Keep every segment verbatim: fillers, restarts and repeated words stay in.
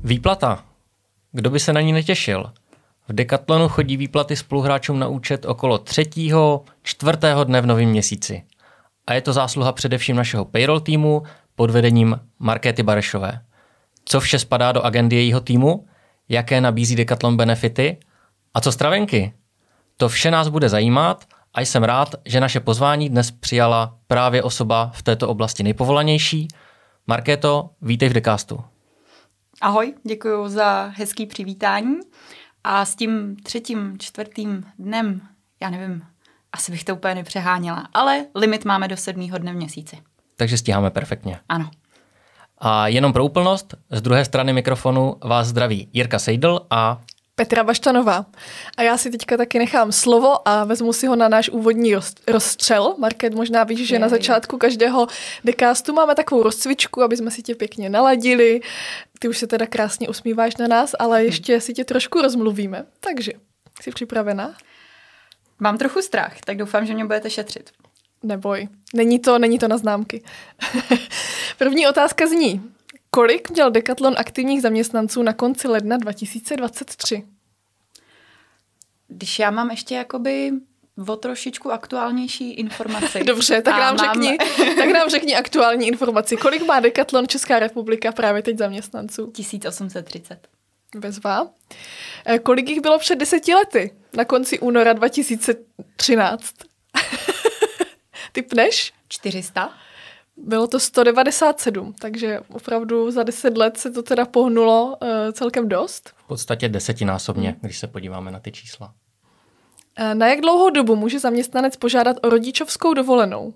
Výplata. Kdo by se na ní netěšil? V Decathlonu chodí výplaty spoluhráčům na účet okolo třetího, čtvrtého dne v novém měsíci. A je to zásluha především našeho payroll týmu pod vedením Markéty Barešové. Co vše spadá do agendy jejího týmu? Jaké nabízí Decathlon benefity? A co stravenky? To vše nás bude zajímat a jsem rád, že naše pozvání dnes přijala právě osoba v této oblasti nejpovolanější. Markéto, vítej v Decastu. Ahoj, děkuji za hezký přivítání. A s tím třetím, čtvrtým dnem, já nevím, asi bych to úplně nepřeháněla, ale limit máme do sedmého dne v měsíci. Takže stíháme perfektně. Ano. A jenom pro úplnost, z druhé strany mikrofonu vás zdraví Jirka Sejdl a Petra Baštanová. A já si teďka taky nechám slovo a vezmu si ho na náš úvodní roz, rozstřel. Market, možná víš, že je, na začátku každého Decastu máme takovou rozcvičku, aby jsme si tě pěkně naladili. Ty už se teda krásně usmíváš na nás, ale ještě si tě trošku rozmluvíme. Takže, jsi připravená? Mám trochu strach, tak doufám, že mě budete šetřit. Neboj, není to, není to na známky. První otázka zní: kolik měl Decathlon aktivních zaměstnanců na konci ledna dva tisíce dvacet tři? Když já mám ještě jakoby o trošičku aktuálnější informaci. Dobře, tak nám, mám... řekni, tak nám řekni aktuální informaci. Kolik má Decathlon Česká republika právě teď zaměstnanců? tisíc osm set třicet. Bezva. Kolik jich bylo před deseti lety? Na konci února dva tisíce třináct. Typneš? čtyři sta. Bylo to sto devadesát sedm, takže opravdu za deset let se to teda pohnulo uh, celkem dost. v podstatě desetinásobně, když se podíváme na ty čísla. Na jak dlouhou dobu může zaměstnanec požádat o rodičovskou dovolenou?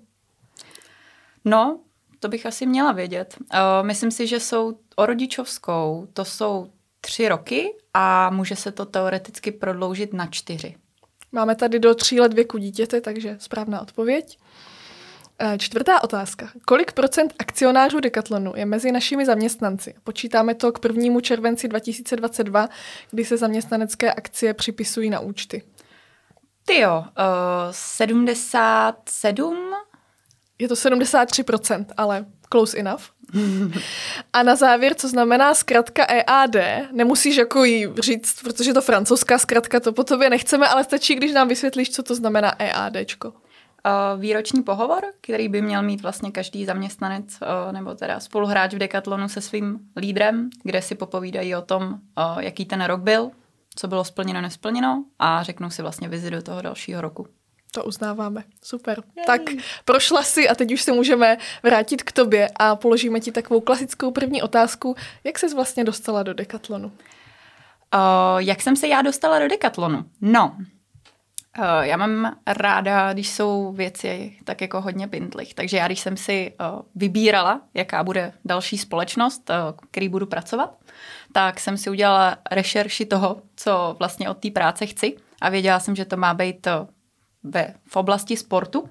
No, to bych asi měla vědět. Uh, myslím si, že jsou o rodičovskou, to jsou tři roky a může se to teoreticky prodloužit na čtyři. Máme tady do tří let věku dítěte, takže správná odpověď. Čtvrtá otázka. Kolik procent akcionářů Decathlonu je mezi našimi zaměstnanci? Počítáme to k prvnímu červenci dva tisíce dvacet dva, kdy se zaměstnanecké akcie připisují na účty. Tyjo, uh, sedmdesát sedm? Je to sedmdesát tři procent, ale close enough. A na závěr, co znamená zkratka E A D? Nemusíš jako jí říct, protože je to francouzská zkratka, to po tobě nechceme, ale stačí, když nám vysvětlíš, co to znamená EADčko. Uh, výroční pohovor, který by měl mít vlastně každý zaměstnanec uh, nebo teda spoluhráč v Decathlonu se svým lídrem, kde si popovídají o tom, uh, jaký ten rok byl, co bylo splněno, nesplněno a řeknou si vlastně vizi do toho dalšího roku. To uznáváme. Super. Jej. Tak prošla si a teď už se můžeme vrátit k tobě a položíme ti takovou klasickou první otázku. Jak ses vlastně dostala do Decathlonu? Uh, jak jsem se já dostala do Decathlonu? No, Uh, já mám ráda, když jsou věci tak jako hodně pintlich. Takže já, když jsem si uh, vybírala, jaká bude další společnost, uh, který budu pracovat, tak jsem si udělala rešerši toho, co vlastně od té práce chci. A věděla jsem, že to má být uh, ve, v oblasti sportu.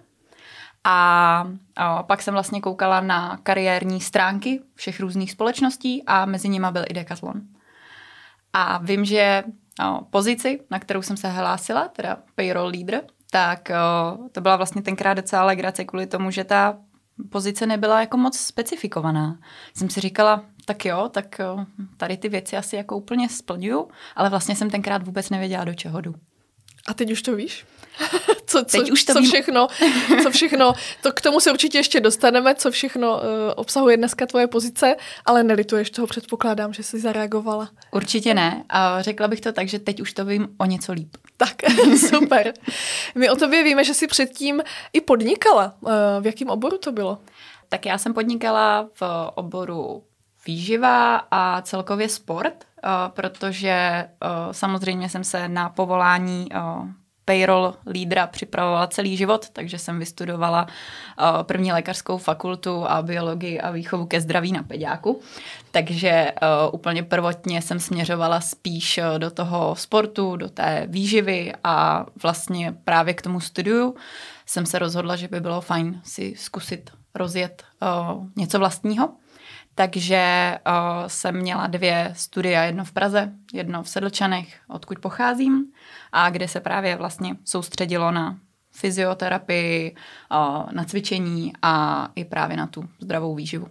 A uh, pak jsem vlastně koukala na kariérní stránky všech různých společností a mezi nimi byl i Decathlon. A vím, že o, pozici, na kterou jsem se hlásila, teda payroll leader, tak o, to byla vlastně tenkrát docela legrace kvůli tomu, že ta pozice nebyla jako moc specifikovaná. Jsem si říkala, tak jo, tak o, tady ty věci asi jako úplně splňuju, ale vlastně jsem tenkrát vůbec nevěděla, do čeho jdu. A teď už to víš? Co, co, teď už to co vím. všechno, co všechno, to k tomu se určitě ještě dostaneme, co všechno uh, obsahuje dneska tvoje pozice, ale nelituješ toho, předpokládám, že jsi zareagovala. Určitě ne. A řekla bych to tak, že teď už to vím o něco líp. Tak, super. My o tobě víme, že jsi předtím i podnikala. Uh, v jakém oboru to bylo? Tak já jsem podnikala v oboru výživa a celkově sport, uh, protože uh, samozřejmě jsem se na povolání uh, payroll lídra připravovala celý život, takže jsem vystudovala uh, první lékařskou fakultu a biologii a výchovu ke zdraví na peďáku. Takže uh, úplně prvotně jsem směřovala spíš uh, do toho sportu, do té výživy a vlastně právě k tomu studiu jsem se rozhodla, že by bylo fajn si zkusit rozjet uh, něco vlastního. Takže uh, jsem měla dvě studia, jedno v Praze, jedno v Sedlčanech, odkud pocházím, a kde se právě vlastně soustředilo na fyzioterapii, uh, na cvičení a i právě na tu zdravou výživu.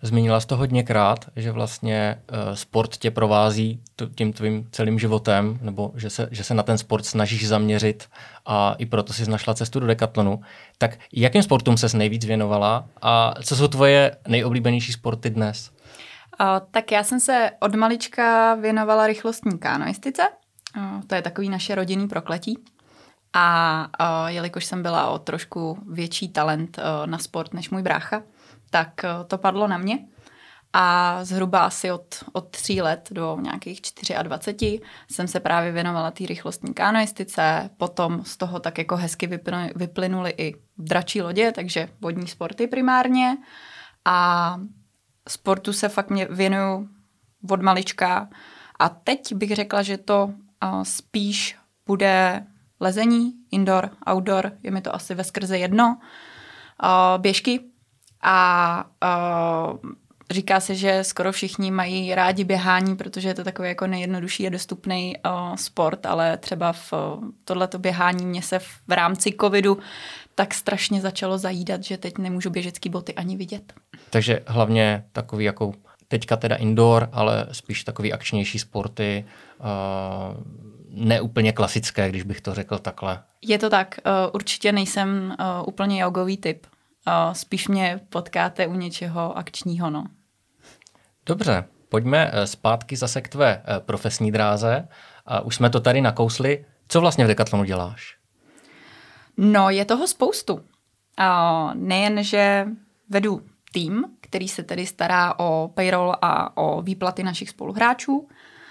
Zmínila jsi to hodněkrát, že vlastně uh, sport tě provází t- tím tvým celým životem, nebo že se, že se na ten sport snažíš zaměřit a i proto jsi našla cestu do Decathlonu. Tak jakým sportům ses nejvíc věnovala a co jsou tvoje nejoblíbenější sporty dnes? Uh, tak já jsem se od malička věnovala rychlostní kanoistice. Uh, to je takový naše rodinný prokletí. A uh, jelikož jsem byla o trošku větší talent uh, na sport než můj brácha, tak uh, to padlo na mě. A zhruba asi od, od tří let do nějakých dvaceti čtyři jsem se právě věnovala té rychlostní kanoistice. Potom z toho tak jako hezky vyplynuly, vyplynuly i dračí lodě, takže vodní sporty primárně. A sportu se fakt mě věnuju od malička. A teď bych řekla, že to uh, spíš bude lezení, indoor, outdoor, je mi to asi veskrze jedno, uh, běžky a uh, říká se, že skoro všichni mají rádi běhání, protože je to takový jako nejjednodušší a dostupný uh, sport, ale třeba v uh, tohleto běhání mě se v, v rámci covidu tak strašně začalo zajídat, že teď nemůžu běžecký boty ani vidět. Takže hlavně takový jako teďka teda indoor, ale spíš takový akčnější sporty, uh, neúplně klasické, když bych to řekl takhle. Je to tak. Uh, určitě nejsem uh, úplně jogový typ. Uh, spíš mě potkáte u něčeho akčního, no. Dobře, pojďme zpátky zase k tvé profesní dráze. Uh, už jsme to tady nakousli. Co vlastně v Decathlonu děláš? No, je toho spoustu. Uh, nejen, že vedu tým, který se tedy stará o payroll a o výplaty našich spoluhráčů.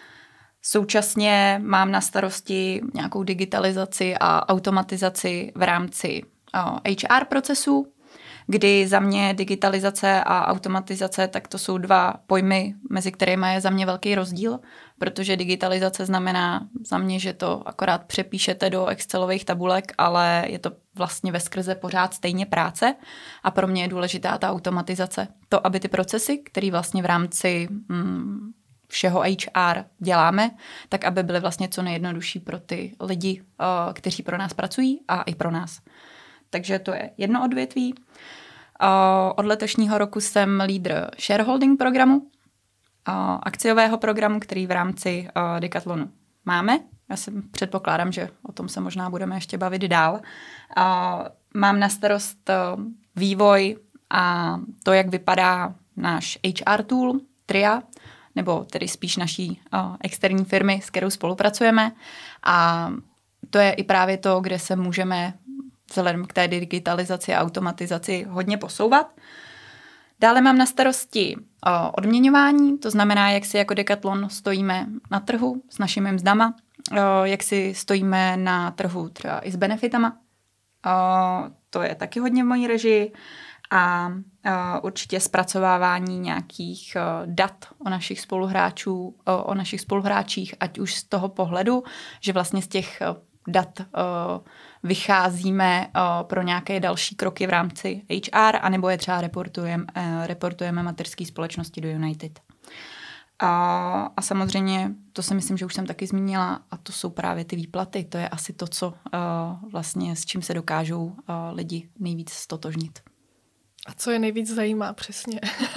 Současně mám na starosti nějakou digitalizaci a automatizaci v rámci uh, H R procesů, kdy za mě digitalizace a automatizace, tak to jsou dva pojmy, mezi kterými je za mě velký rozdíl, protože digitalizace znamená za mě, že to akorát přepíšete do Excelových tabulek, ale je to vlastně veskrze pořád stejně práce a pro mě je důležitá ta automatizace. To, aby ty procesy, které vlastně v rámci mm, všeho H R děláme, tak aby byly vlastně co nejjednodušší pro ty lidi, uh, kteří pro nás pracují a i pro nás. Takže to je jedno odvětví. Uh, od letošního roku jsem lídr shareholding programu, uh, akciového programu, který v rámci uh, Decathlonu máme. Já si předpokládám, že o tom se možná budeme ještě bavit dál. Uh, mám na starost uh, vývoj a to, jak vypadá náš H R tool, Tria, nebo tedy spíš naší uh, externí firmy, s kterou spolupracujeme. A to je i právě to, kde se můžeme vzhledem k té digitalizaci a automatizaci hodně posouvat. Dále mám na starosti uh, odměňování, to znamená, jak si jako Decathlon stojíme na trhu s našimi mzdama, uh, jak si stojíme na trhu třeba i s benefitama. Uh, to je taky hodně v mojí režii. A uh, určitě zpracovávání nějakých uh, dat o našich spoluhráčů, uh, o našich spoluhráčích, ať už z toho pohledu, že vlastně z těch uh, dat uh, vycházíme uh, pro nějaké další kroky v rámci H R, anebo je třeba reportujeme uh, reportujeme mateřské společnosti do United. Uh, a samozřejmě, to si myslím, že už jsem taky zmínila, a to jsou právě ty výplaty. To je asi to, co uh, vlastně s čím se dokážou uh, lidi nejvíc stotožnit. A co je nejvíc zajímá, přesně.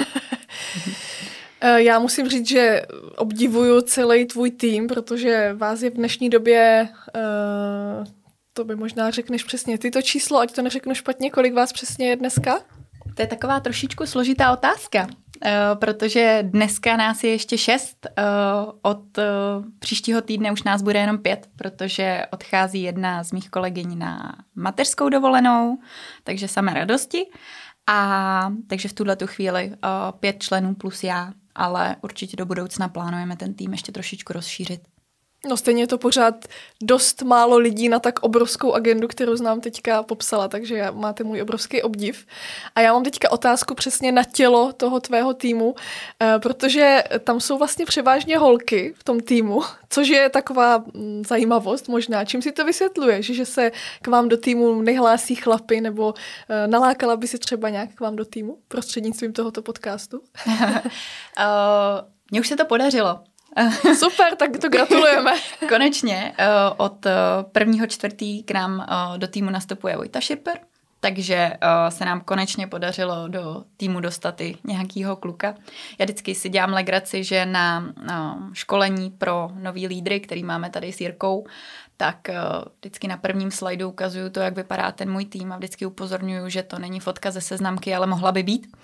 Já musím říct, že obdivuju celý tvůj tým, protože vás je v dnešní době, uh, to by možná řekneš přesně ty to číslo, ať to neřeknu špatně, kolik vás přesně je dneska? To je taková trošičku složitá otázka, uh, protože dneska nás je ještě šest, uh, od uh, příštího týdne už nás bude jenom pět, protože odchází jedna z mých kolegyň na mateřskou dovolenou, takže samé radosti. A takže v tuhletu chvíli uh, pět členů plus já, ale určitě do budoucna plánujeme ten tým ještě trošičku rozšířit. No stejně je to pořád dost málo lidí na tak obrovskou agendu, kterou znám teďka popsala, takže já, máte můj obrovský obdiv. A já mám teďka otázku přesně na tělo toho tvého týmu, eh, protože tam jsou vlastně převážně holky v tom týmu, což je taková hm, zajímavost možná. Čím si to vysvětluješ, že se k vám do týmu nehlásí chlapy, nebo eh, nalákala by si třeba nějak k vám do týmu prostřednictvím tohoto podcastu? uh, Mně už se to podařilo. Super, tak to gratulujeme. Konečně od prvního čtvrtý k nám do týmu nastupuje Vojta Širper, takže uh, se nám konečně podařilo do týmu dostat i nějakýho kluka. Já vždycky si dělám legraci, že na uh, školení pro nový lídry, který máme tady s Jirkou, tak uh, vždycky na prvním slajdu ukazuju to, jak vypadá ten můj tým a vždycky upozorňuju, že to není fotka ze seznamky, ale mohla by být.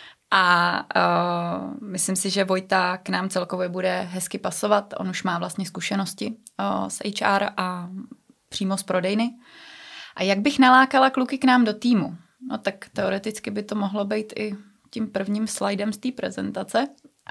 A uh, myslím si, že Vojta k nám celkově bude hezky pasovat. On už má vlastně zkušenosti uh, s H R a přímo z prodejny. A jak bych nalákala kluky k nám do týmu? No tak teoreticky by to mohlo být i tím prvním slajdem z té prezentace.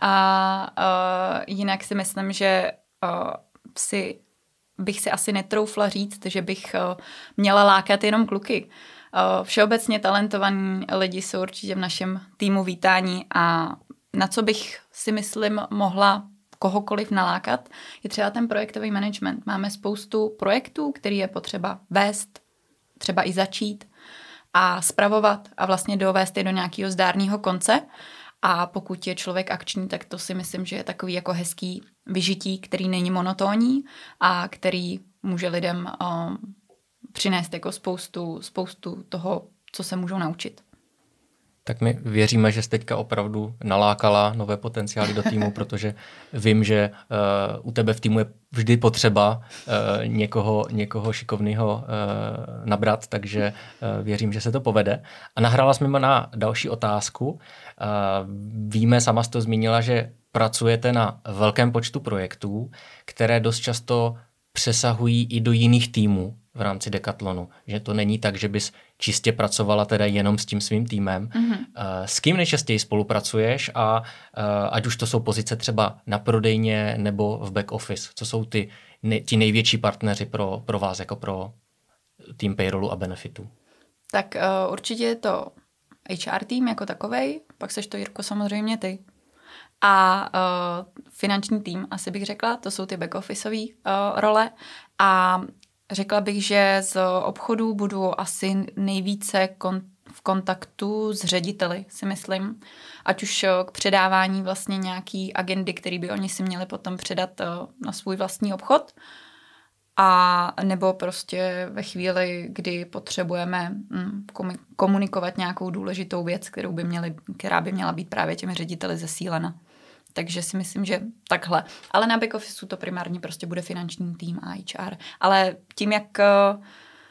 A uh, jinak si myslím, že uh, si, bych si asi netroufla říct, že bych uh, měla lákat jenom kluky. Uh, všeobecně talentovaní lidi jsou určitě v našem týmu vítání a na co bych si myslím mohla kohokoliv nalákat, je třeba ten projektový management. Máme spoustu projektů, který je potřeba vést, třeba i začít a spravovat a vlastně dovést je do nějakého zdárného konce. A pokud je člověk akční, tak to si myslím, že je takový jako hezký vyžití, který není monotónní a který může lidem um, přinést jako spoustu, spoustu toho, co se můžou naučit. Tak my věříme, že jsi teďka opravdu nalákala nové potenciály do týmu, protože vím, že uh, u tebe v týmu je vždy potřeba uh, někoho, někoho šikovného uh, nabrat, takže uh, věřím, že se to povede. A nahrála jsi mi na další otázku. Uh, víme, sama jsi to zmínila, že pracujete na velkém počtu projektů, které dost často přesahují i do jiných týmů v rámci Decathlonu. Že to není tak, že bys čistě pracovala teda jenom s tím svým týmem. Mm-hmm. S kým nejčastěji spolupracuješ a ať už to jsou pozice třeba na prodejně nebo v back office? Co jsou ty, ne, ti největší partneři pro, pro vás jako pro tým payrollu a benefitu? Tak uh, určitě je to H R tým jako takovej, pak seš to, Jirko, samozřejmě ty. A uh, finanční tým, asi bych řekla, to jsou ty back-officeové uh, role. A řekla bych, že z obchodu budu asi nejvíce kon- v kontaktu s řediteli, si myslím. Ať už uh, k předávání vlastně nějaký agendy, který by oni si měli potom předat uh, na svůj vlastní obchod. A nebo prostě ve chvíli, kdy potřebujeme mm, komunikovat nějakou důležitou věc, kterou by měli, která by měla být právě těmi řediteli zesílena. Takže si myslím, že takhle. Ale na back officeu to primárně prostě bude finanční tým a H R. Ale tím, jak uh,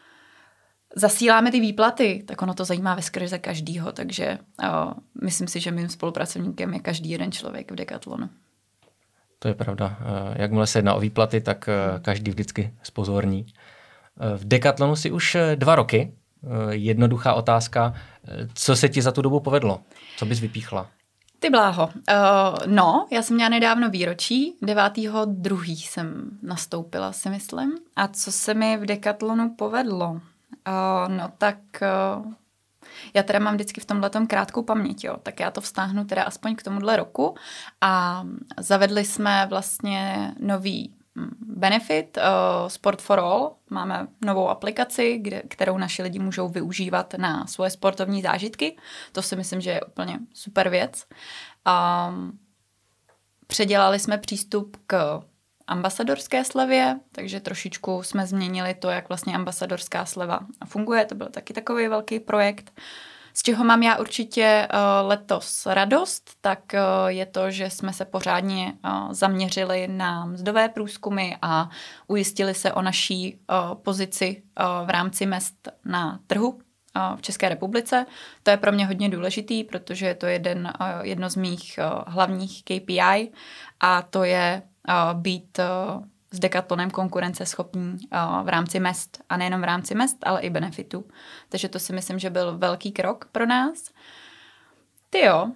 zasíláme ty výplaty, tak ono to zajímá veskrze každýho. Takže uh, myslím si, že mým spolupracovníkem je každý jeden člověk v Decathlonu. To je pravda. Jakmile se jedná o výplaty, tak každý vždycky zpozorní. V Decathlonu si už dva roky. Jednoduchá otázka. Co se ti za tu dobu povedlo? Co bys vypíchla? Ty bláho. Uh, no, já jsem měla nedávno výročí. devátého druhého jsem nastoupila, si myslím. A co se mi v Decathlonu povedlo? Uh, no tak... Uh, Já teda mám vždycky v tomhletom krátkou paměť, jo. Tak já to vztáhnu teda aspoň k tomuhle roku a zavedli jsme vlastně nový benefit, uh, Sport for All. Máme novou aplikaci, kde, kterou naši lidi můžou využívat na svoje sportovní zážitky. To si myslím, že je úplně super věc. Um, předělali jsme přístup k ambasadorské slevě, takže trošičku jsme změnili to, jak vlastně ambasadorská sleva funguje. To byl taky takový velký projekt. Z čeho mám já určitě uh, letos radost, tak uh, je to, že jsme se pořádně uh, zaměřili na mzdové průzkumy a ujistili se o naší uh, pozici uh, v rámci mezd na trhu uh, v České republice. To je pro mě hodně důležitý, protože je to jeden, uh, jedno z mých uh, hlavních K P I a to je Uh, být uh, s Decathlonem konkurenceschopní uh, v rámci mezd. A nejenom v rámci mezd, ale i benefitů. Takže to si myslím, že byl velký krok pro nás. Ty jo.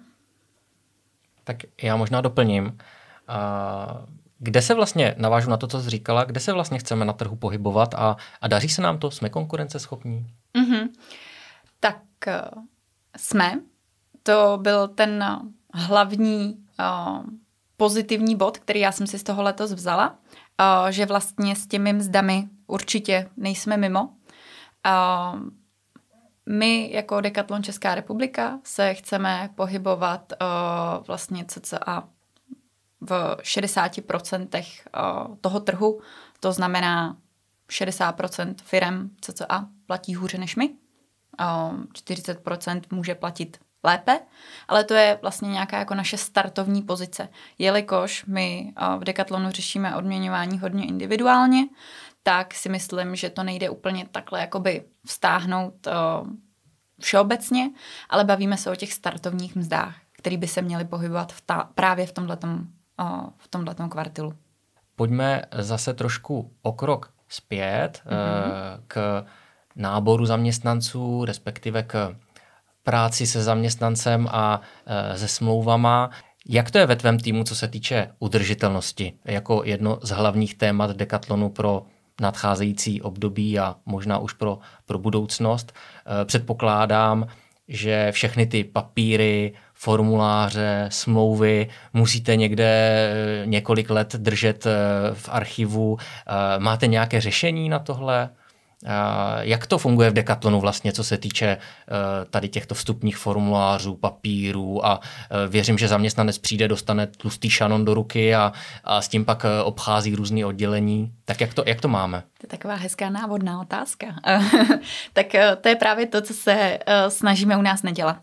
Tak já možná doplním. Uh, kde se vlastně, navážu na to, co jsi říkala, kde se vlastně chceme na trhu pohybovat a, a daří se nám to? Jsme konkurenceschopní? Mm-hmm. Tak uh, jsme. To byl ten hlavní uh, pozitivní bod, který já jsem si z toho letos vzala, uh, že vlastně s těmi mzdami určitě nejsme mimo. Uh, my jako Decathlon Česká republika se chceme pohybovat uh, vlastně cca v šedesáti procentech uh, toho trhu, to znamená šedesát procent firem cca platí hůře než my. čtyřicet procent může platit lépe, ale to je vlastně nějaká jako naše startovní pozice. Jelikož my v Decathlonu řešíme odměňování hodně individuálně, tak si myslím, že to nejde úplně takhle jakoby vztáhnout všeobecně, ale bavíme se o těch startovních mzdách, které by se měly pohybovat v ta, právě v tomhletom, v tomhletom kvartilu. Pojďme zase trošku o krok zpět mm-hmm. k náboru zaměstnanců, respektive k práci se zaměstnancem a se smlouvama. Jak to je ve tvém týmu, co se týče udržitelnosti, jako jedno z hlavních témat Decathlonu pro nadcházející období a možná už pro, pro budoucnost? Předpokládám, že všechny ty papíry, formuláře, smlouvy musíte někde několik let držet v archivu. Máte nějaké řešení na tohle? Jak to funguje v Decathlonu vlastně, co se týče tady těchto vstupních formulářů, papírů a věřím, že zaměstnanec přijde, dostane tlustý šanon do ruky a, a s tím pak obchází různý oddělení. Tak jak to, jak to máme? To je taková hezká návodná otázka. Tak to je právě to, co se snažíme u nás nedělat.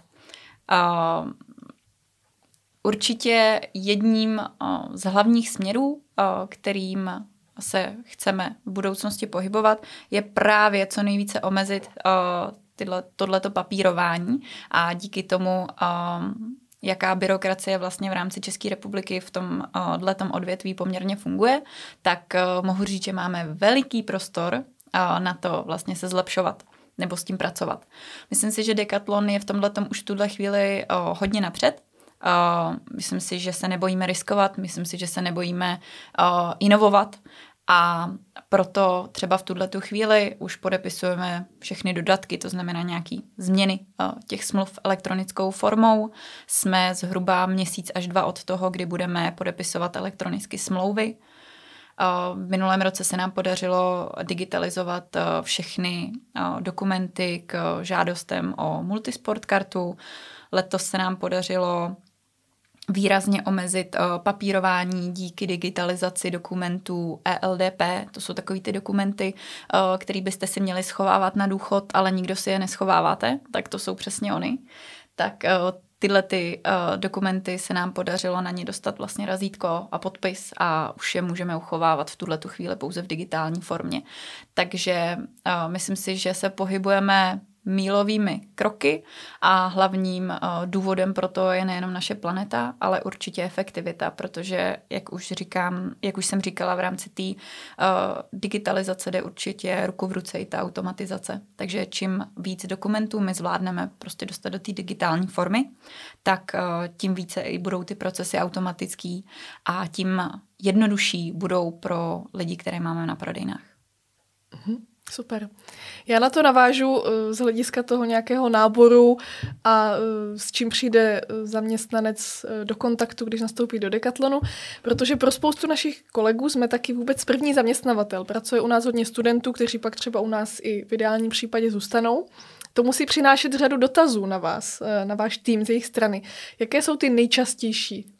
Určitě jedním z hlavních směrů, kterým se chceme v budoucnosti pohybovat, je právě co nejvíce omezit uh, tyhle, tohleto papírování a díky tomu, um, jaká byrokracie vlastně v rámci České republiky v tom uh, odvětví poměrně funguje, tak uh, mohu říct, že máme veliký prostor uh, na to vlastně se zlepšovat nebo s tím pracovat. Myslím si, že Decathlon je v tomhletom už v tuhle chvíli uh, hodně napřed. Uh, myslím si, že se nebojíme riskovat, myslím si, že se nebojíme uh, inovovat. A proto třeba v tuhletu chvíli už podepisujeme všechny dodatky, to znamená nějaké změny těch smluv elektronickou formou. Jsme zhruba měsíc až dva od toho, kdy budeme podepisovat elektronicky smlouvy. V minulém roce se nám podařilo digitalizovat všechny dokumenty k žádostem o multisport kartu. Letos se nám podařilo výrazně omezit uh, papírování díky digitalizaci dokumentů E L D P. To jsou takový ty dokumenty, uh, které byste si měli schovávat na důchod, ale nikdo si je neschováváte, tak to jsou přesně oni. Tak uh, tyhle ty uh, dokumenty se nám podařilo na ně dostat vlastně razítko a podpis a už je můžeme uchovávat v tuhletu chvíli pouze v digitální formě. Takže uh, myslím si, že se pohybujeme mílovými kroky a hlavním uh, důvodem pro to je nejenom naše planeta, ale určitě efektivita, protože, jak už říkám, jak už jsem říkala, v rámci té uh, digitalizace jde určitě ruku v ruce i ta automatizace. Takže čím víc dokumentů my zvládneme prostě dostat do té digitální formy, tak uh, tím více i budou ty procesy automatický a tím jednodušší budou pro lidi, které máme na prodejnách. Mhm. Super. Já na to navážu z hlediska toho nějakého náboru a s čím přijde zaměstnanec do kontaktu, když nastoupí do Decathlonu, protože pro spoustu našich kolegů jsme taky vůbec první zaměstnavatel. Pracuje u nás hodně studentů, kteří pak třeba u nás i v ideálním případě zůstanou. To musí přinášet řadu dotazů na vás, na váš tým z jejich strany. Jaké jsou ty nejčastější?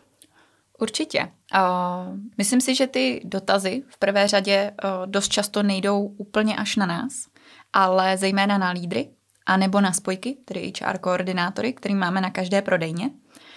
Určitě. Uh, myslím si, že ty dotazy v prvé řadě uh, dost často nejdou úplně až na nás, ale zejména na lídry a nebo na spojky, tedy H R koordinátory, který máme na každé prodejně.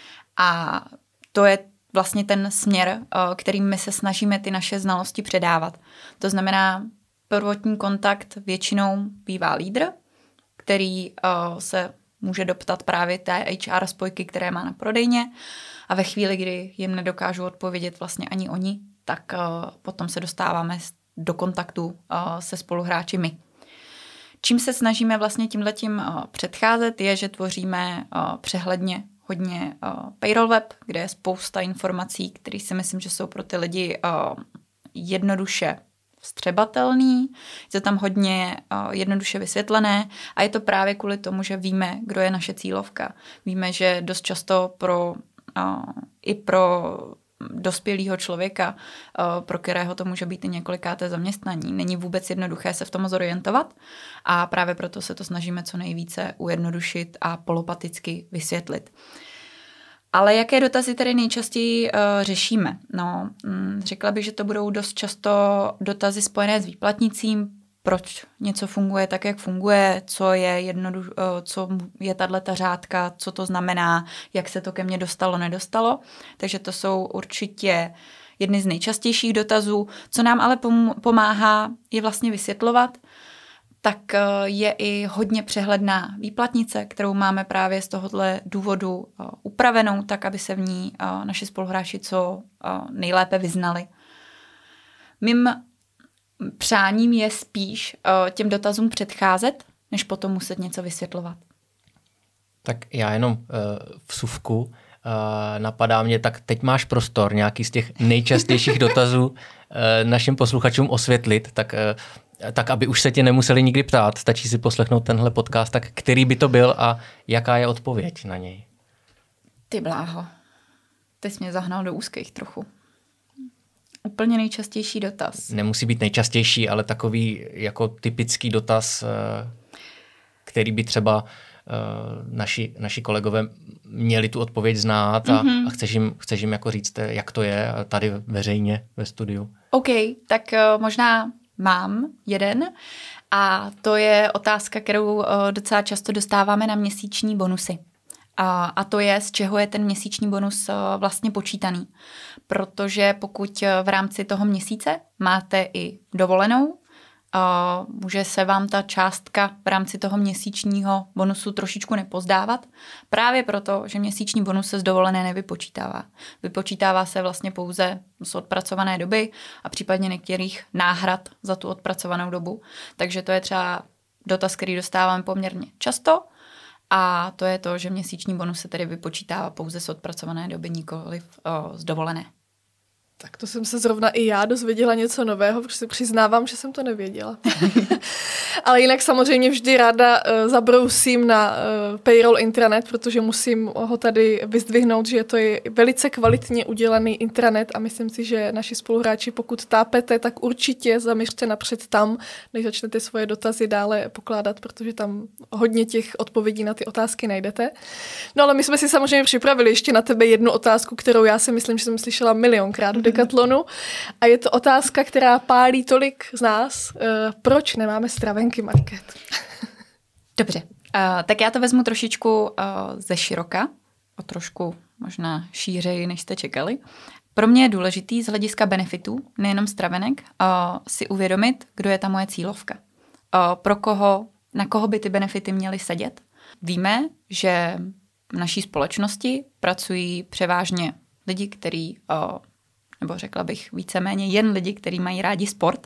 A to je vlastně ten směr, uh, kterým my se snažíme ty naše znalosti předávat. To znamená, prvotní kontakt většinou bývá lídr, který uh, se může doptat právě té H R spojky, které má na prodejně. A ve chvíli, kdy jim nedokážu odpovědět vlastně ani oni, tak uh, potom se dostáváme do kontaktu uh, se spoluhráči my. Čím se snažíme vlastně tímhletím uh, předcházet, je, že tvoříme uh, přehledně hodně uh, payroll web, kde je spousta informací, které si myslím, že jsou pro ty lidi uh, jednoduše vstřebatelný, je to tam hodně uh, jednoduše vysvětlené a je to právě kvůli tomu, že víme, kdo je naše cílovka. Víme, že dost často pro Uh, i pro dospělého člověka, uh, pro kterého to může být i několikáté zaměstnání. Není vůbec jednoduché se v tom zorientovat a právě proto se to snažíme co nejvíce ujednodušit a polopaticky vysvětlit. Ale jaké dotazy tedy nejčastěji uh, řešíme? No, hm, řekla bych, že to budou dost často dotazy spojené s výplatnicím, proč něco funguje tak, jak funguje, co je jednoduš, co je tato řádka, co to znamená, jak se to ke mně dostalo, nedostalo. Takže to jsou určitě jedny z nejčastějších dotazů. Co nám ale pomáhá je vlastně vysvětlovat, tak je i hodně přehledná výplatnice, kterou máme právě z tohohle důvodu upravenou, tak aby se v ní naši spoluhráči co nejlépe vyznali. Mým přáním je spíš těm dotazům předcházet, než potom muset něco vysvětlovat. Tak já jenom uh, vsuvku. Uh, napadá mě, tak teď máš prostor nějaký z těch nejčastějších dotazů uh, našim posluchačům osvětlit, tak, uh, tak aby už se tě nemuseli nikdy ptát, stačí si poslechnout tenhle podcast, tak který by to byl a jaká je odpověď na něj? Ty bláho, teď jsi mě zahnal do úzkých trochu. Úplně nejčastější dotaz. Nemusí být nejčastější, ale takový jako typický dotaz, který by třeba naši, naši kolegové měli tu odpověď znát a, mm-hmm. a chceš jim, chceš jim jako říct, jak to je tady veřejně ve studiu. OK, tak možná mám jeden a to je otázka, kterou docela často dostáváme na měsíční bonusy. A, a to je, z čeho je ten měsíční bonus vlastně počítaný. Protože pokud v rámci toho měsíce máte i dovolenou, a může se vám ta částka v rámci toho měsíčního bonusu trošičku nepozdávat, právě proto, že měsíční bonus se z dovolené nevypočítává. Vypočítává se vlastně pouze z odpracované doby a případně některých náhrad za tu odpracovanou dobu. Takže to je třeba dotaz, který dostáváme poměrně často. A to je to, že měsíční bonus se tedy vypočítává pouze z odpracované doby, nikoliv o, z dovolené. Tak to jsem se zrovna i já dozvěděla něco nového, protože si přiznávám, že jsem to nevěděla. Ale jinak samozřejmě vždy ráda uh, zabrousím na uh, Payroll intranet, protože musím ho tady vyzdvihnout, že to je velice kvalitně udělaný intranet a myslím si, že naši spoluhráči, pokud tápete, tak určitě zaměřte napřed tam, než začnete svoje dotazy dále pokládat, protože tam hodně těch odpovědí na ty otázky najdete. No ale my jsme si samozřejmě připravili ještě na tebe jednu otázku, kterou já si myslím, že jsem slyšela milionkrát v Decathlonu a je to otázka, která pálí tolik z nás. Uh, proč nemáme stravenky, Market? Dobře, uh, tak já to vezmu trošičku uh, ze široka, o trošku možná šířeji, než jste čekali. Pro mě je důležitý z hlediska benefitů, nejenom stravenek, uh, si uvědomit, kdo je ta moje cílovka. Uh, pro koho, na koho by ty benefity měly sedět. Víme, že v naší společnosti pracují převážně lidi, kteří uh, nebo řekla bych víceméně jen lidi, kteří mají rádi sport.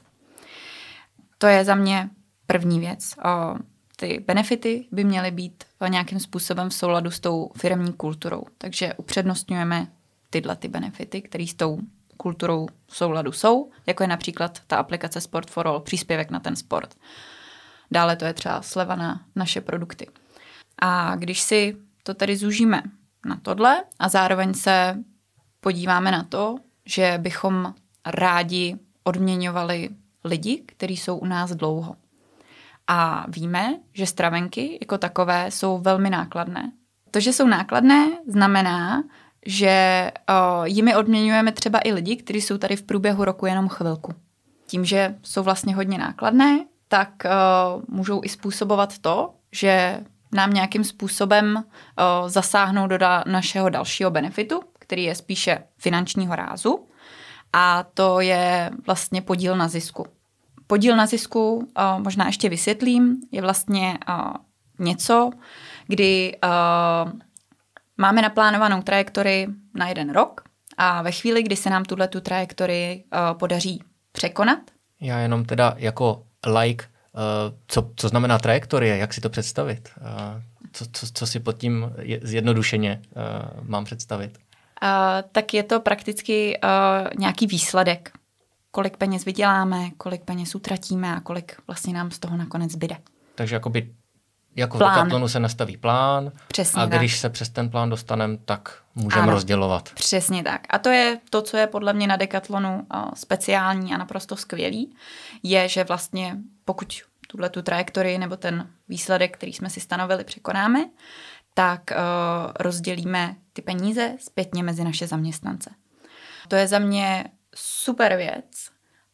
To je za mě první věc. Ty benefity by měly být nějakým způsobem v souladu s tou firemní kulturou. Takže upřednostňujeme tyhle ty benefity, které s tou kulturou v souladu jsou, jako je například ta aplikace Sport for All, příspěvek na ten sport. Dále to je třeba sleva na naše produkty. A když si to tedy zúžíme na tohle a zároveň se podíváme na to, že bychom rádi odměňovali lidi, kteří jsou u nás dlouho. A víme, že stravenky jako takové jsou velmi nákladné. To, že jsou nákladné, znamená, že o, jimi odměňujeme třeba i lidi, kteří jsou tady v průběhu roku jenom chvilku. Tím, že jsou vlastně hodně nákladné, tak o, můžou i způsobovat to, že nám nějakým způsobem o, zasáhnou do da- našeho dalšího benefitu, který je spíše finančního rázu, a to je vlastně podíl na zisku. Podíl na zisku, uh, možná ještě vysvětlím, je vlastně uh, něco, kdy uh, máme naplánovanou trajektorii na jeden rok a ve chvíli, kdy se nám tuhle tu trajektorii uh, podaří překonat. Já jenom teda jako like, uh, co, co znamená trajektorie, jak si to představit? Uh, co, co, co si pod tím je, zjednodušeně uh, mám představit? Uh, tak je to prakticky uh, nějaký výsledek. Kolik peněz vyděláme, kolik peněz utratíme a kolik vlastně nám z toho nakonec zbyde. Takže jakoby, jako plán. v Decathlonu se nastaví plán. Přesně a tak. Když se přes ten plán dostaneme, tak můžeme rozdělovat. Přesně tak. A to je to, co je podle mě na Decathlonu uh, speciální a naprosto skvělý, je, že vlastně pokud tuhle tu trajektorii nebo ten výsledek, který jsme si stanovili, překonáme, tak uh, rozdělíme ty peníze zpětně mezi naše zaměstnance. To je za mě super věc,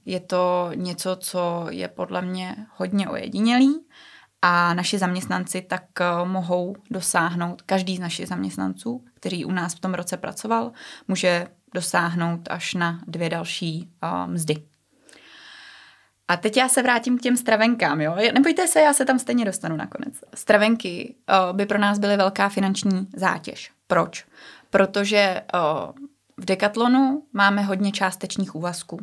Je to něco, co je podle mě hodně ojedinělý a naši zaměstnanci tak mohou dosáhnout, každý z našich zaměstnanců, který u nás v tom roce pracoval, může dosáhnout až na dvě další uh, mzdy. A teď já se vrátím k těm stravenkám, jo? Nebojte se, já se tam stejně dostanu nakonec. Stravenky uh, by pro nás byly velká finanční zátěž. Proč? Protože uh, v Decathlonu máme hodně částečných úvazků.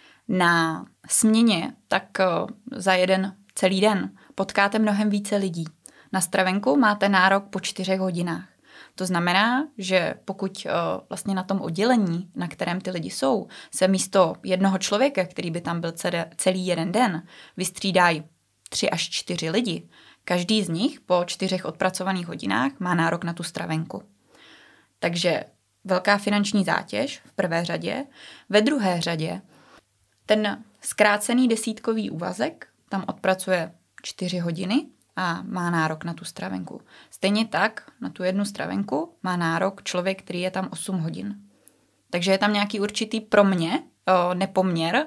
Na směně tak uh, za jeden celý den potkáte mnohem více lidí. Na stravenku máte nárok po čtyřech hodinách. To znamená, že pokud uh, vlastně na tom oddělení, na kterém ty lidi jsou, se místo jednoho člověka, který by tam byl celý jeden den, vystřídají tři až čtyři lidi, každý z nich po čtyřech odpracovaných hodinách má nárok na tu stravenku. Takže velká finanční zátěž v prvé řadě. Ve druhé řadě ten zkrácený desítkový úvazek tam odpracuje čtyři hodiny a má nárok na tu stravenku. Stejně tak na tu jednu stravenku má nárok člověk, který je tam osm hodin. Takže je tam nějaký určitý pro mě o, nepoměr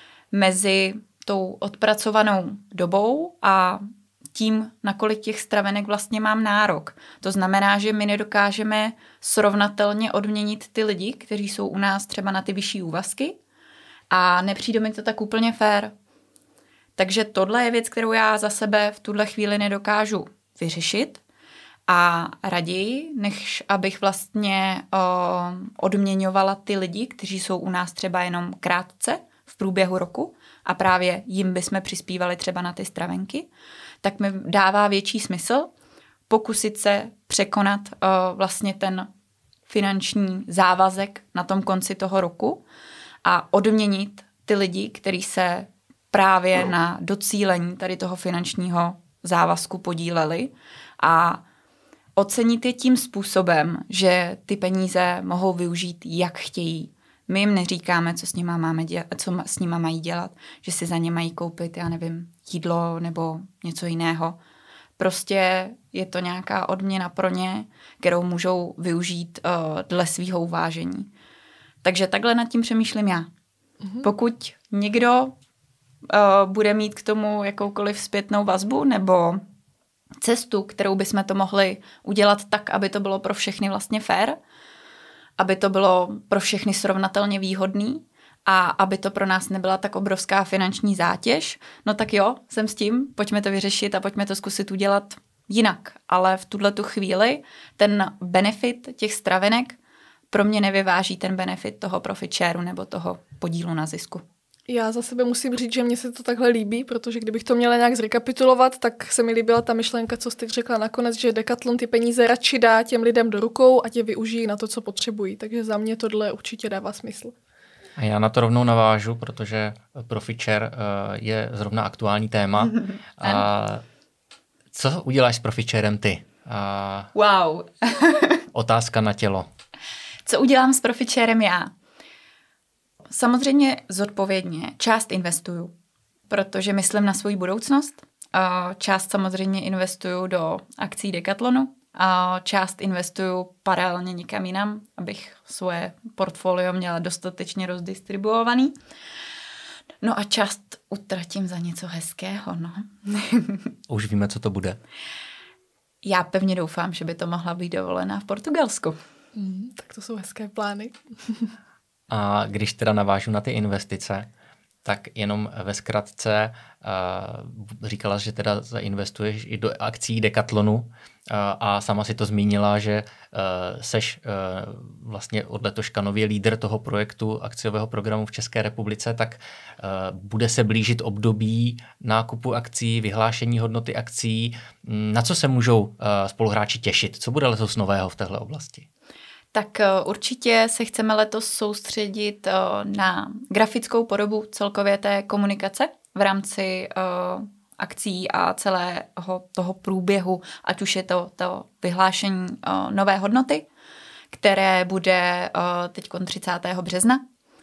mezi tou odpracovanou dobou a tím, na kolik těch stravenek vlastně mám nárok. To znamená, že my nedokážeme srovnatelně odměnit ty lidi, kteří jsou u nás třeba na ty vyšší úvazky a nepřijde mi to tak úplně fér. Takže tohle je věc, kterou já za sebe v tuhle chvíli nedokážu vyřešit a raději, než abych vlastně o, odměňovala ty lidi, kteří jsou u nás třeba jenom krátce v průběhu roku a právě jim bychom přispívali třeba na ty stravenky, tak mi dává větší smysl pokusit se překonat o, vlastně ten finanční závazek na tom konci toho roku a odměnit ty lidi, kteří se právě na docílení tady toho finančního závazku podíleli a ocenit je tím způsobem, že ty peníze mohou využít, jak chtějí. My jim neříkáme, co s nima máme dělat, co s nima mají dělat, že si za ně mají koupit, já nevím, jídlo nebo něco jiného. Prostě je to nějaká odměna pro ně, kterou můžou využít uh, dle svýho uvážení. Takže takhle nad tím přemýšlím já. Mm-hmm. Pokud někdo Uh, bude mít k tomu jakoukoliv zpětnou vazbu nebo cestu, kterou bychom to mohli udělat tak, aby to bylo pro všechny vlastně fair, aby to bylo pro všechny srovnatelně výhodný a aby to pro nás nebyla tak obrovská finanční zátěž, no tak jo, jsem s tím, pojďme to vyřešit a pojďme to zkusit udělat jinak. Ale v tuhletu chvíli ten benefit těch stravenek pro mě nevyváží ten benefit toho profit shareu nebo toho podílu na zisku. Já za sebe musím říct, že mně se to takhle líbí, protože kdybych to měla nějak zrekapitulovat, tak se mi líbila ta myšlenka, co jste řekla nakonec, že Decathlon ty peníze radši dá těm lidem do rukou a tě využijí na to, co potřebují. Takže za mě tohle určitě dává smysl. A já na to rovnou navážu, protože profit share je zrovna aktuální téma. A co uděláš s profit sharem ty? A wow. Otázka na tělo. Co udělám s profit sharem já? Samozřejmě zodpovědně. Část investuju, protože myslím na svou budoucnost. Část samozřejmě investuju do akcí Decathlonu. A část investuju paralelně někam jinam, abych svoje portfolio měla dostatečně rozdistribuovaný. No a část utratím za něco hezkého. No. Už víme, co to bude. Já pevně doufám, že by to mohla být dovolená v Portugalsku. Mm, tak to jsou hezké plány. A když teda navážu na ty investice, tak jenom ve zkratce uh, říkala, že teda zainvestuješ i do akcí Decathlonu uh, a sama si to zmínila, že uh, seš uh, vlastně od letoška nově lídr toho projektu akciového programu v České republice, tak uh, bude se blížit období nákupu akcí, vyhlášení hodnoty akcí. Na co se můžou uh, spoluhráči těšit? Co bude letos nového v téhle oblasti? Tak určitě se chceme letos soustředit na grafickou podobu celkově té komunikace v rámci uh, akcí a celého toho průběhu, ať už je to, to vyhlášení uh, nové hodnoty, které bude uh, teď třicátého března,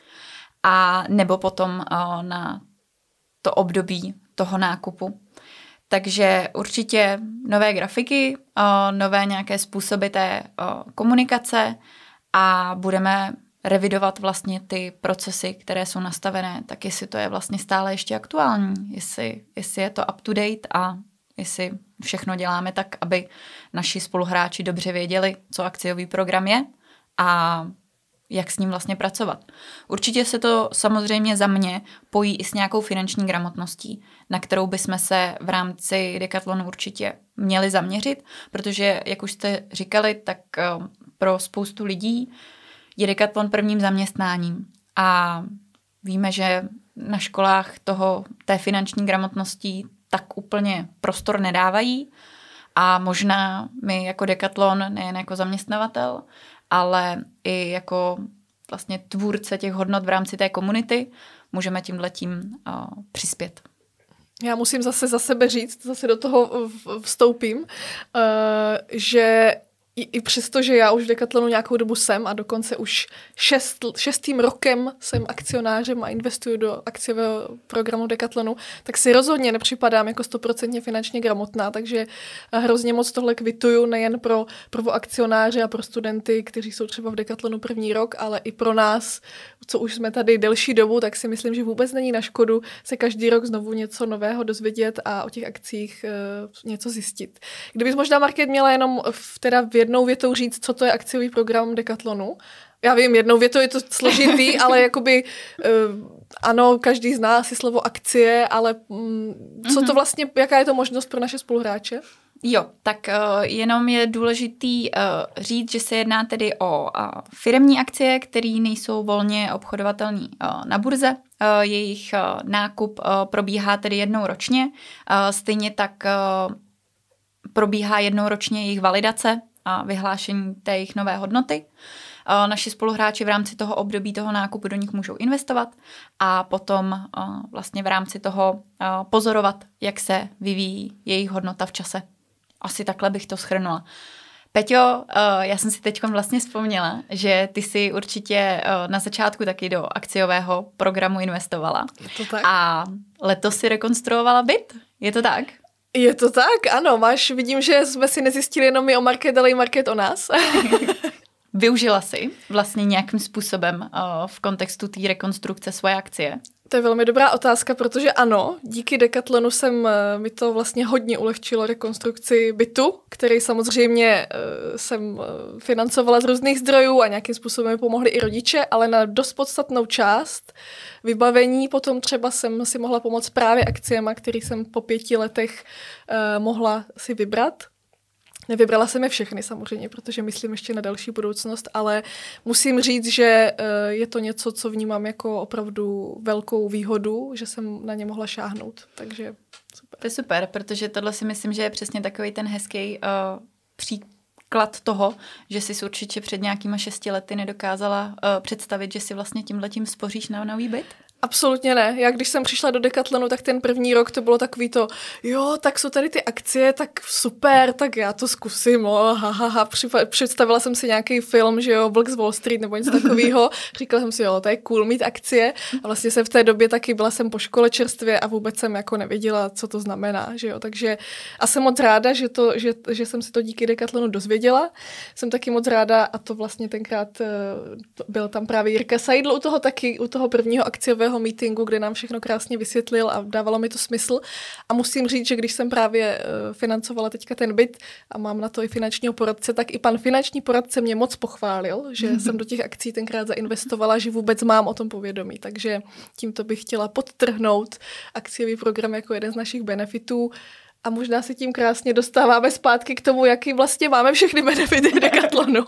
a nebo potom uh, na to období toho nákupu. Takže určitě nové grafiky, nové nějaké způsoby té komunikace a budeme revidovat vlastně ty procesy, které jsou nastavené, tak jestli to je vlastně stále ještě aktuální, jestli, jestli je to up to date a jestli všechno děláme tak, aby naši spoluhráči dobře věděli, co akciový program je a jak s ním vlastně pracovat. Určitě se to samozřejmě za mě pojí i s nějakou finanční gramotností, na kterou bychom se v rámci Decathlonu určitě měli zaměřit, protože, jak už jste říkali, tak pro spoustu lidí je Decathlon prvním zaměstnáním a víme, že na školách toho, té finanční gramotnosti tak úplně prostor nedávají a možná my jako Decathlon, nejen jako zaměstnavatel, ale i jako vlastně tvůrce těch hodnot v rámci té komunity můžeme tímhletím uh, přispět. Já musím zase za sebe říct, zase do toho vstoupím, uh, že I, I přesto, že já už v Decathlonu nějakou dobu jsem a dokonce už šest, šestým rokem jsem akcionářem a investuju do akciového programu Decathlonu, tak si rozhodně nepřipadám jako stoprocentně finančně gramotná, takže hrozně moc tohle kvituju nejen pro prvoakcionáře a pro studenty, kteří jsou třeba v Decathlonu první rok, ale i pro nás, co už jsme tady delší dobu, tak si myslím, že vůbec není na škodu se každý rok znovu něco nového dozvědět a o těch akcích uh, něco zjistit. Kdybys možná, Market, měla jenom v, teda v jednou větou říct, co to je akciový program Decathlonu. Já vím, jednou větou je to složitý, ale jakoby uh, ano, každý zná si slovo akcie, ale um, co to vlastně, jaká je to možnost pro naše spoluhráče? Jo, tak uh, jenom je důležitý uh, říct, že se jedná tedy o uh, firemní akcie, které nejsou volně obchodovatelné uh, na burze. Uh, jejich uh, nákup uh, probíhá tedy jednou ročně. Uh, stejně tak uh, probíhá jednou ročně jejich validace a vyhlášení té jejich nové hodnoty. Uh, naši spoluhráči v rámci toho období toho nákupu do nich můžou investovat a potom uh, vlastně v rámci toho uh, pozorovat, jak se vyvíjí jejich hodnota v čase. Asi takhle bych to shrnula. Peťo, já jsem si teď vlastně vzpomněla, že ty si určitě na začátku taky do akciového programu investovala. Je to tak? A letos si rekonstruovala byt. Je to tak? Je to tak, ano. Máš, vidím, že jsme si nezjistili jenom my o Market, ale i Market o nás. Využila jsi vlastně nějakým způsobem v kontextu té rekonstrukce svoje akcie? To je velmi dobrá otázka, protože ano, díky Decathlonu jsem, mi to vlastně hodně ulehčilo rekonstrukci bytu, který samozřejmě uh, jsem uh, financovala z různých zdrojů a nějakým způsobem mi pomohli i rodiče, ale na dost podstatnou část vybavení potom třeba jsem si mohla pomoct právě akciema, který jsem po pěti letech uh, mohla si vybrat. Nevybrala jsem je všechny samozřejmě, protože myslím ještě na další budoucnost, ale musím říct, že je to něco, co vnímám jako opravdu velkou výhodu, že jsem na ně mohla šáhnout, takže super. To je super, protože tohle si myslím, že je přesně takový ten hezký uh, příklad toho, že jsi určitě před nějakýma šesti lety nedokázala uh, představit, že si vlastně tímhletím spoříš na nový byt. Absolutně ne. Já když jsem přišla do Decathlonu, tak ten první rok to bylo takový to, jo, tak jsou tady ty akcie, tak super, tak já to zkusím, oh, ha, ha, ha. Představila jsem si nějaký film, že jo, Vlk z Wall Street nebo něco takového. Říkala jsem si, jo, to je cool mít akcie. A vlastně jsem v té době taky byla jsem po škole čerstvě a vůbec jsem jako nevěděla, co to znamená, že jo. Takže a jsem moc ráda, že, to, že, že jsem si to díky Decathlonu dozvěděla. Jsem taky moc ráda a to vlastně tenkrát to byl tam právě Jirka Seidl u toho taky, u toho prvního akciového meetingu, kde nám všechno krásně vysvětlil a dávalo mi to smysl. A musím říct, že když jsem právě financovala teďka ten byt a mám na to i finančního poradce, tak i pan finanční poradce mě moc pochválil, že jsem do těch akcí tenkrát zainvestovala, že vůbec mám o tom povědomí. Takže tímto bych chtěla podtrhnout akciový program jako jeden z našich benefitů. A možná se tím krásně dostáváme zpátky k tomu, jaký vlastně máme všechny benefity v Decathlonu.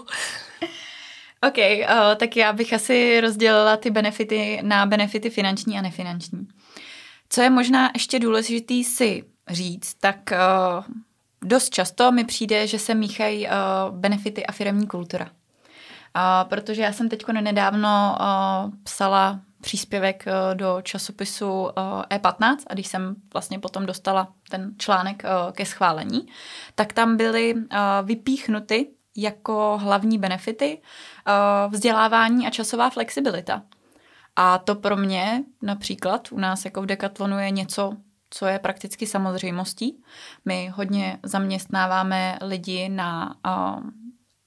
OK, uh, tak já bych asi rozdělila ty benefity na benefity finanční a nefinanční. Co je možná ještě důležitý si říct, tak uh, dost často mi přijde, že se míchají uh, benefity a firemní kultura. Uh, protože já jsem teďko nedávno uh, psala příspěvek uh, do časopisu uh, E patnáct a když jsem vlastně potom dostala ten článek uh, ke schválení, tak tam byly uh, vypíchnuty jako hlavní benefity uh, vzdělávání a časová flexibilita. A to pro mě například u nás jako v Decathlonu je něco, co je prakticky samozřejmostí. My hodně zaměstnáváme lidi na uh,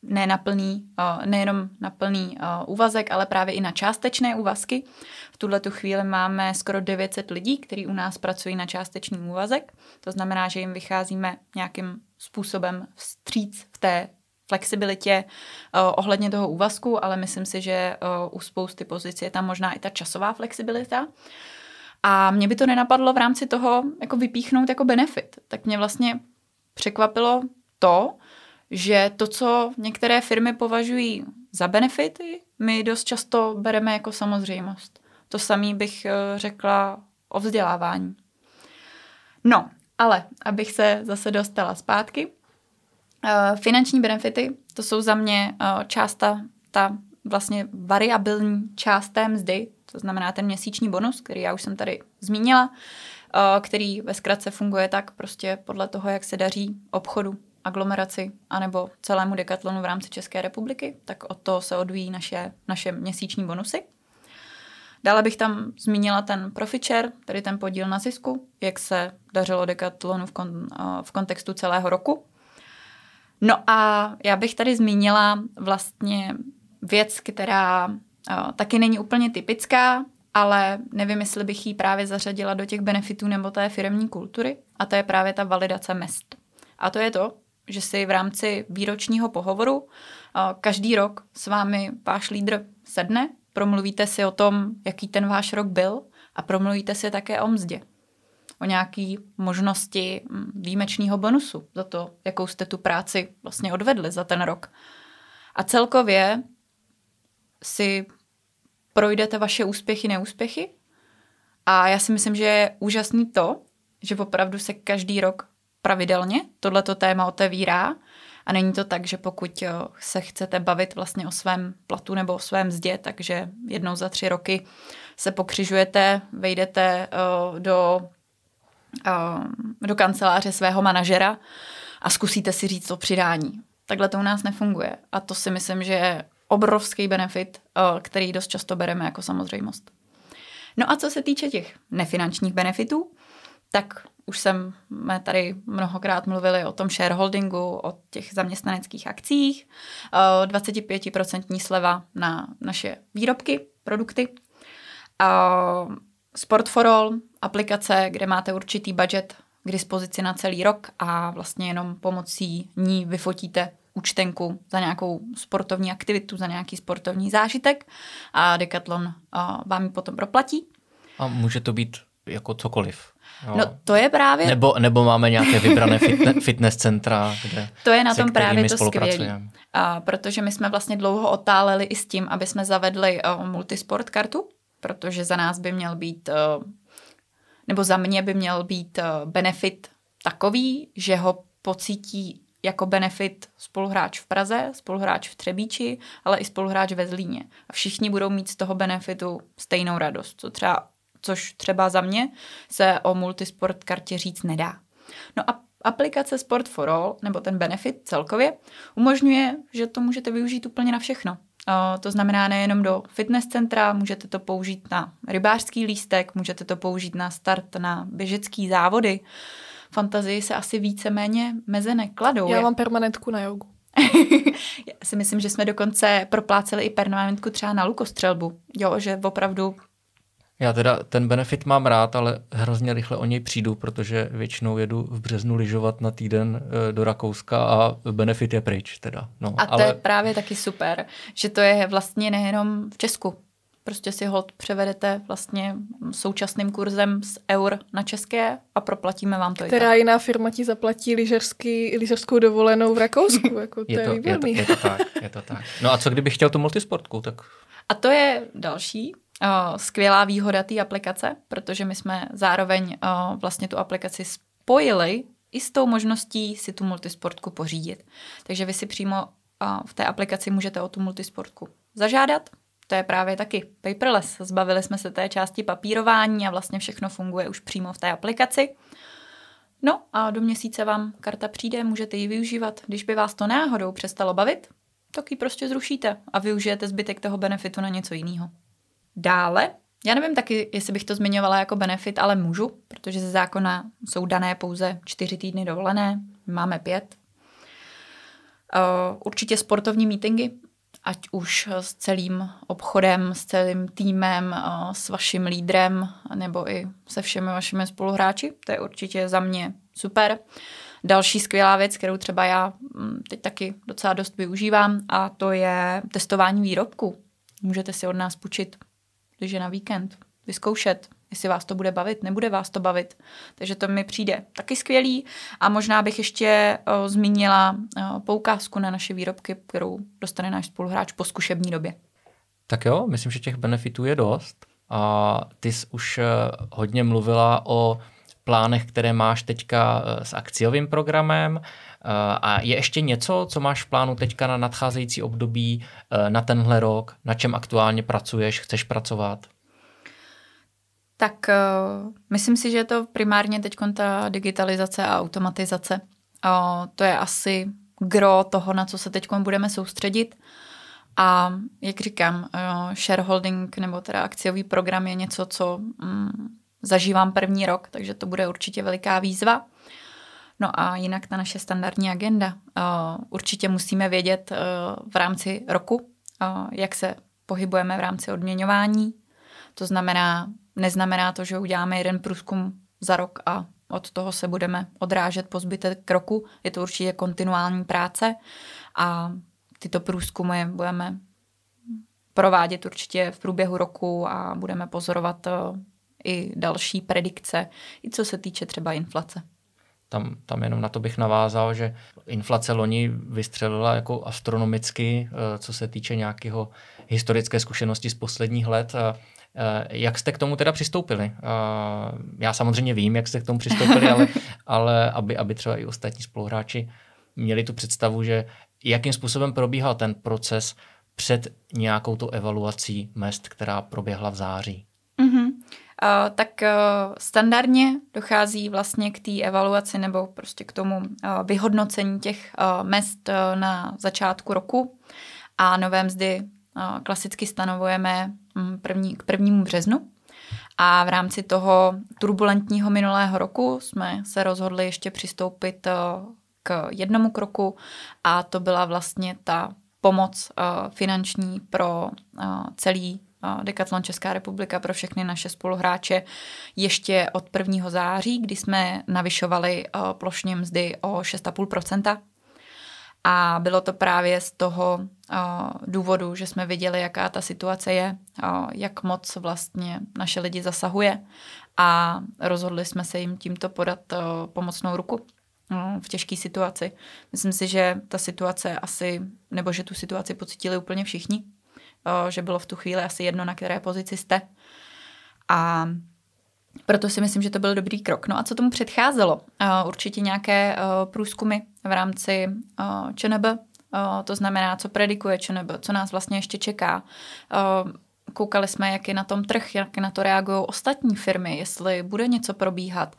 ne na plný, nejenom na plný úvazek, ale právě i na částečné úvazky. V tuhletu chvíli máme skoro devět set lidí, kteří u nás pracují na částečný úvazek. To znamená, že jim vycházíme nějakým způsobem vstříc v té flexibilitě uh, ohledně toho úvazku, ale myslím si, že uh, u spousty pozic je tam možná i ta časová flexibilita. A mě by to nenapadlo v rámci toho jako vypíchnout jako benefit. Tak mě vlastně překvapilo to, že to, co některé firmy považují za benefity, my dost často bereme jako samozřejmost. To samé bych uh, řekla o vzdělávání. No, ale abych se zase dostala zpátky, Uh, finanční benefity, to jsou za mě uh, část ta, ta vlastně variabilní část té mzdy, to znamená ten měsíční bonus, který já už jsem tady zmínila, uh, který ve zkratce funguje tak prostě podle toho, jak se daří obchodu, aglomeraci anebo celému Decathlonu v rámci České republiky, tak od toho se odvíjí naše, naše měsíční bonusy. Dále bych tam zmínila ten profit share, tedy ten podíl na zisku, jak se dařilo Decathlonu v, kon, uh, v kontextu celého roku. No a já bych tady zmínila vlastně věc, která o, taky není úplně typická, ale nevím, jestli bych ji právě zařadila do těch benefitů nebo té firemní kultury, a to je právě ta validace mezd. A to je to, že si v rámci výročního pohovoru o, každý rok s vámi váš lídr sedne, promluvíte si o tom, jaký ten váš rok byl a promluvíte si také o mzdě. O nějaké možnosti výjimečného bonusu za to, jakou jste tu práci vlastně odvedli za ten rok. A celkově si projdete vaše úspěchy, neúspěchy. A já si myslím, že je úžasný to, že opravdu se každý rok pravidelně tohleto téma otevírá. A není to tak, že pokud se chcete bavit vlastně o svém platu nebo o svém mzdě, takže jednou za tři roky se pokřižujete, vejdete uh, do do kanceláře svého manažera a zkusíte si říct o přidání. Takhle to u nás nefunguje. A to si myslím, že je obrovský benefit, který dost často bereme jako samozřejmost. No a co se týče těch nefinančních benefitů, tak už jsme tady mnohokrát mluvili o tom shareholdingu, o těch zaměstnaneckých akcích, dvacet pět procent sleva na naše výrobky, produkty, Sport for All, aplikace, kde máte určitý budget k dispozici na celý rok a vlastně jenom pomocí ní vyfotíte účtenku za nějakou sportovní aktivitu, za nějaký sportovní zážitek a Decathlon a, vám ji potom proplatí. A může to být jako cokoliv. Jo. No to je právě... Nebo, nebo máme nějaké vybrané fitne, fitness centra, kde to je na tom právě to skvělé. Protože my jsme vlastně dlouho otáleli i s tím, aby jsme zavedli uh, multisport kartu, protože za nás by měl být, nebo za mě by měl být benefit takový, že ho pocítí jako benefit spoluhráč v Praze, spoluhráč v Třebíči, ale i spoluhráč ve Zlíně. A všichni budou mít z toho benefitu stejnou radost, co třeba, což třeba za mě se o multisport kartě říct nedá. No a aplikace Sport for All, nebo ten benefit celkově, umožňuje, že to můžete využít úplně na všechno. Uh, to znamená nejenom do fitness centra, můžete to použít na rybářský lístek, můžete to použít na start na běžecký závody. Fantazii se asi víceméně meze nekladou. Já mám permanentku na jogu. Já si myslím, že jsme dokonce propláceli i permanentku třeba na lukostřelbu. Jo, že opravdu... Já teda ten benefit mám rád, ale hrozně rychle o něj přijdu, protože většinou jedu v březnu lyžovat na týden do Rakouska a benefit je pryč teda. No, a to ale... je právě taky super, že to je vlastně nejenom v Česku. Prostě si holt převedete vlastně současným kurzem z eur na české a proplatíme vám to. Která jiná firma ti zaplatí lyžařský, lyžařskou dovolenou v Rakousku? Jako to je, je, to, je, je, to, je to tak, je to tak. No a co kdybych chtěl tu multisportku? Tak... A to je další uh, skvělá výhoda té aplikace, protože my jsme zároveň uh, vlastně tu aplikaci spojili i s tou možností si tu multisportku pořídit. Takže vy si přímo uh, v té aplikaci můžete o tu multisportku zažádat. To je právě taky paperless. Zbavili jsme se té části papírování a vlastně všechno funguje už přímo v té aplikaci. No a do měsíce vám karta přijde, můžete ji využívat. Když by vás to náhodou přestalo bavit, tak ji prostě zrušíte a využijete zbytek toho benefitu na něco jiného. Dále, já nevím taky, jestli bych to zmiňovala jako benefit, ale můžu, protože ze zákona jsou dané pouze čtyři týdny dovolené, máme pět. určitě sportovní meetingy, ať už s celým obchodem, s celým týmem, s vaším lídrem, nebo i se všemi vašimi spoluhráči. To je určitě za mě super. Další skvělá věc, kterou třeba já teď taky docela dost využívám, a to je testování výrobku. Můžete si od nás půjčit, když je na víkend, vyzkoušet, jestli vás to bude bavit, nebude vás to bavit. Takže to mi přijde taky skvělý. A možná bych ještě o, zmínila o, poukázku na naše výrobky, kterou dostane náš spoluhráč po zkušební době. Tak jo, myslím, že těch benefitů je dost. A ty jsi už hodně mluvila o plánech, které máš teďka s akciovým programem. A je ještě něco, co máš v plánu teďka na nadcházející období, na tenhle rok, na čem aktuálně pracuješ, chceš pracovat? Tak uh, myslím si, že je to primárně teď ta digitalizace a automatizace. Uh, to je asi gro toho, na co se teď budeme soustředit. A jak říkám, uh, shareholding nebo teda akciový program je něco, co um, zažívám první rok, takže to bude určitě veliká výzva. No a jinak ta naše standardní agenda. Uh, určitě musíme vědět uh, v rámci roku, uh, jak se pohybujeme v rámci odměňování. To znamená, neznamená to, že uděláme jeden průzkum za rok a od toho se budeme odrážet po zbytek roku. Je to určitě kontinuální práce a tyto průzkumy budeme provádět určitě v průběhu roku a budeme pozorovat uh, i další predikce, i co se týče třeba inflace. Tam, tam jenom na to bych navázal, že inflace loni vystřelila jako astronomicky, co se týče nějakého historické zkušenosti z posledních let. Jak jste k tomu teda přistoupili? Já samozřejmě vím, jak jste k tomu přistoupili, ale, ale aby, aby třeba i ostatní spoluhráči měli tu představu, že jakým způsobem probíhal ten proces před nějakou tu evaluací mezd, která proběhla v září. Mm-hmm. Uh, tak uh, standardně dochází vlastně k té evaluaci nebo prostě k tomu uh, vyhodnocení těch uh, mezd uh, na začátku roku a nové mzdy uh, klasicky stanovujeme um, první, k prvnímu březnu. A v rámci toho turbulentního minulého roku jsme se rozhodli ještě přistoupit uh, k jednomu kroku a to byla vlastně ta pomoc uh, finanční pro uh, celý Decathlon Česká republika, pro všechny naše spoluhráče ještě od prvního září, kdy jsme navyšovali uh, plošně mzdy o šest celá pět procenta. A bylo to právě z toho uh, důvodu, že jsme viděli, jaká ta situace je, uh, jak moc vlastně naše lidi zasahuje a rozhodli jsme se jim tímto podat uh, pomocnou ruku uh, v těžké situaci. Myslím si, že ta situace asi, nebo že tu situaci pocítili úplně všichni, že bylo v tu chvíli asi jedno, na které pozici jste. A proto si myslím, že to byl dobrý krok. No a co tomu předcházelo? Určitě nějaké průzkumy v rámci ČNB, to znamená, co predikuje ČNB, co nás vlastně ještě čeká. Koukali jsme, jak je na tom trh, jak na to reagují ostatní firmy, jestli bude něco probíhat.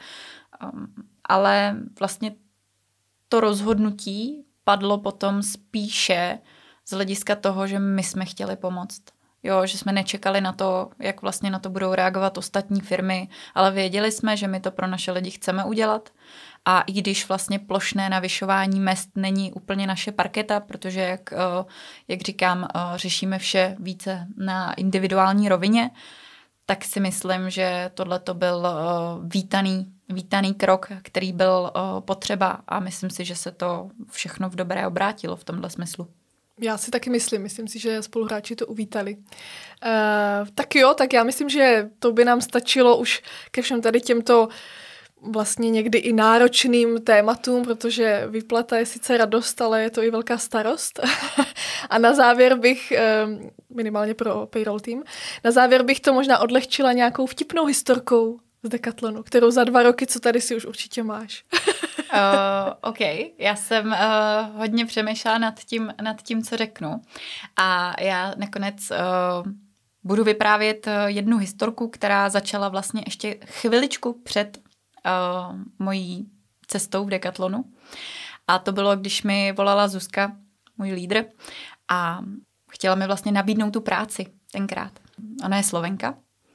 Ale vlastně to rozhodnutí padlo potom spíše z hlediska toho, že my jsme chtěli pomoct. Jo, že jsme nečekali na to, jak vlastně na to budou reagovat ostatní firmy, ale věděli jsme, že my to pro naše lidi chceme udělat. A i když vlastně plošné navyšování mezd není úplně naše parketa, protože, jak, jak říkám, řešíme vše více na individuální rovině, tak si myslím, že tohle to byl vítaný, vítaný krok, který byl potřeba a myslím si, že se to všechno v dobré obrátilo v tomhle smyslu. Já si taky myslím, myslím si, že spoluhráči to uvítali. Uh, tak jo, tak já myslím, že to by nám stačilo už ke všem tady těmto vlastně někdy i náročným tématům, protože výplata je sice radost, ale je to i velká starost. A na závěr bych, minimálně pro payroll team, na závěr bych to možná odlehčila nějakou vtipnou historkou z Decathlonu, kterou za dva roky, co tady si už určitě máš. uh, OK, já jsem uh, hodně přemýšlela nad tím, nad tím, co řeknu. A já nakonec uh, budu vyprávět jednu historku, která začala vlastně ještě chviličku před uh, mojí cestou v Decathlonu. A to bylo, když mi volala Zuzka, můj lídr, a chtěla mi vlastně nabídnout tu práci tenkrát. Ona je Slovenka.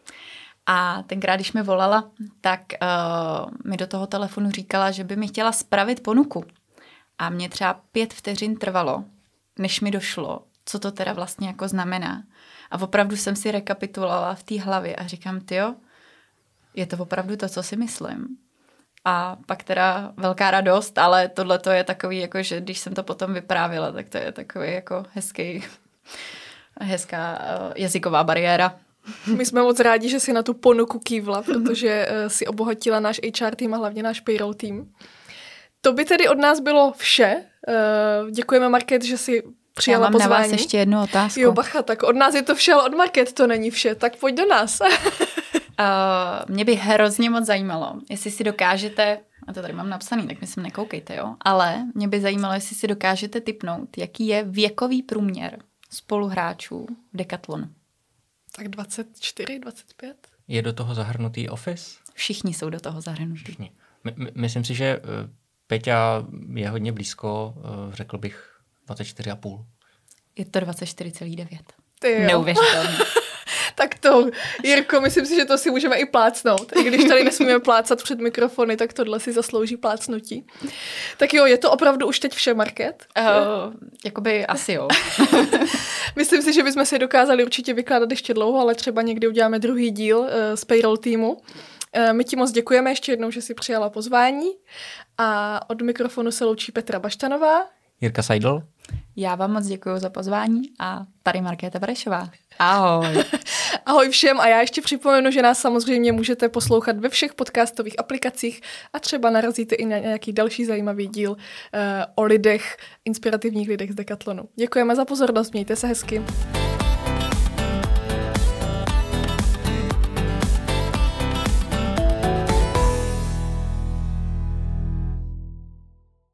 A tenkrát, když mi volala, tak uh, mi do toho telefonu říkala, že by mi chtěla spravit ponuku. A mě třeba pět vteřin trvalo, než mi došlo, co to teda vlastně jako znamená. A opravdu jsem si rekapitulovala v té hlavě a říkám, tyjo, je to opravdu to, co si myslím. A pak teda velká radost, ale tohle to je takový, jako, že když jsem to potom vyprávila, tak to je takový jako hezký, hezká uh, jazyková bariéra. My jsme moc rádi, že si na tu ponuku kývla, protože uh, si obohatila náš H R tým a hlavně náš payroll tým. To by tedy od nás bylo vše. Uh, děkujeme, Market, že si přijala pozvání. Já mám pozvání. Na vás ještě jednu otázku. Jo, bacha, tak od nás je to vše, ale od Market to není vše, tak pojď do nás. Uh, mě by hrozně moc zajímalo, jestli si dokážete, a to tady mám napsaný, tak myslím nekoukejte, jo, ale mě by zajímalo, jestli si dokážete tipnout, jaký je věkový průměr spoluhráčů v Decathlonu. Tak dvacet čtyři, dvacet pět? Je do toho zahrnutý Office? Všichni jsou do toho zahrnutí. Všichni. My, my, myslím si, že Peťa je hodně blízko, řekl bych dvacet čtyři a půl. Je to dvacet čtyři celá devět. Neuvěřitelné. Tak to, Jirko, myslím si, že to si můžeme i plácnout. I když tady nesmíme plácat před mikrofony, tak tohle si zaslouží plácnutí. Tak jo, je to opravdu už teď vše, Market? Uh, jakoby asi jo. Myslím si, že bychom si dokázali určitě vykládat ještě dlouho, ale třeba někdy uděláme druhý díl uh, z payroll týmu. Uh, my ti moc děkujeme ještě jednou, že jsi přijala pozvání. A od mikrofonu se loučí Petra Baštanová. Jirka Seidl. Já vám moc děkuji za pozvání a tady Markéta Barešová. Ahoj. Ahoj všem a já ještě připomenu, že nás samozřejmě můžete poslouchat ve všech podcastových aplikacích a třeba narazíte i na nějaký další zajímavý díl uh, o lidech, inspirativních lidech z Decathlonu. Děkujeme za pozornost, mějte se hezky.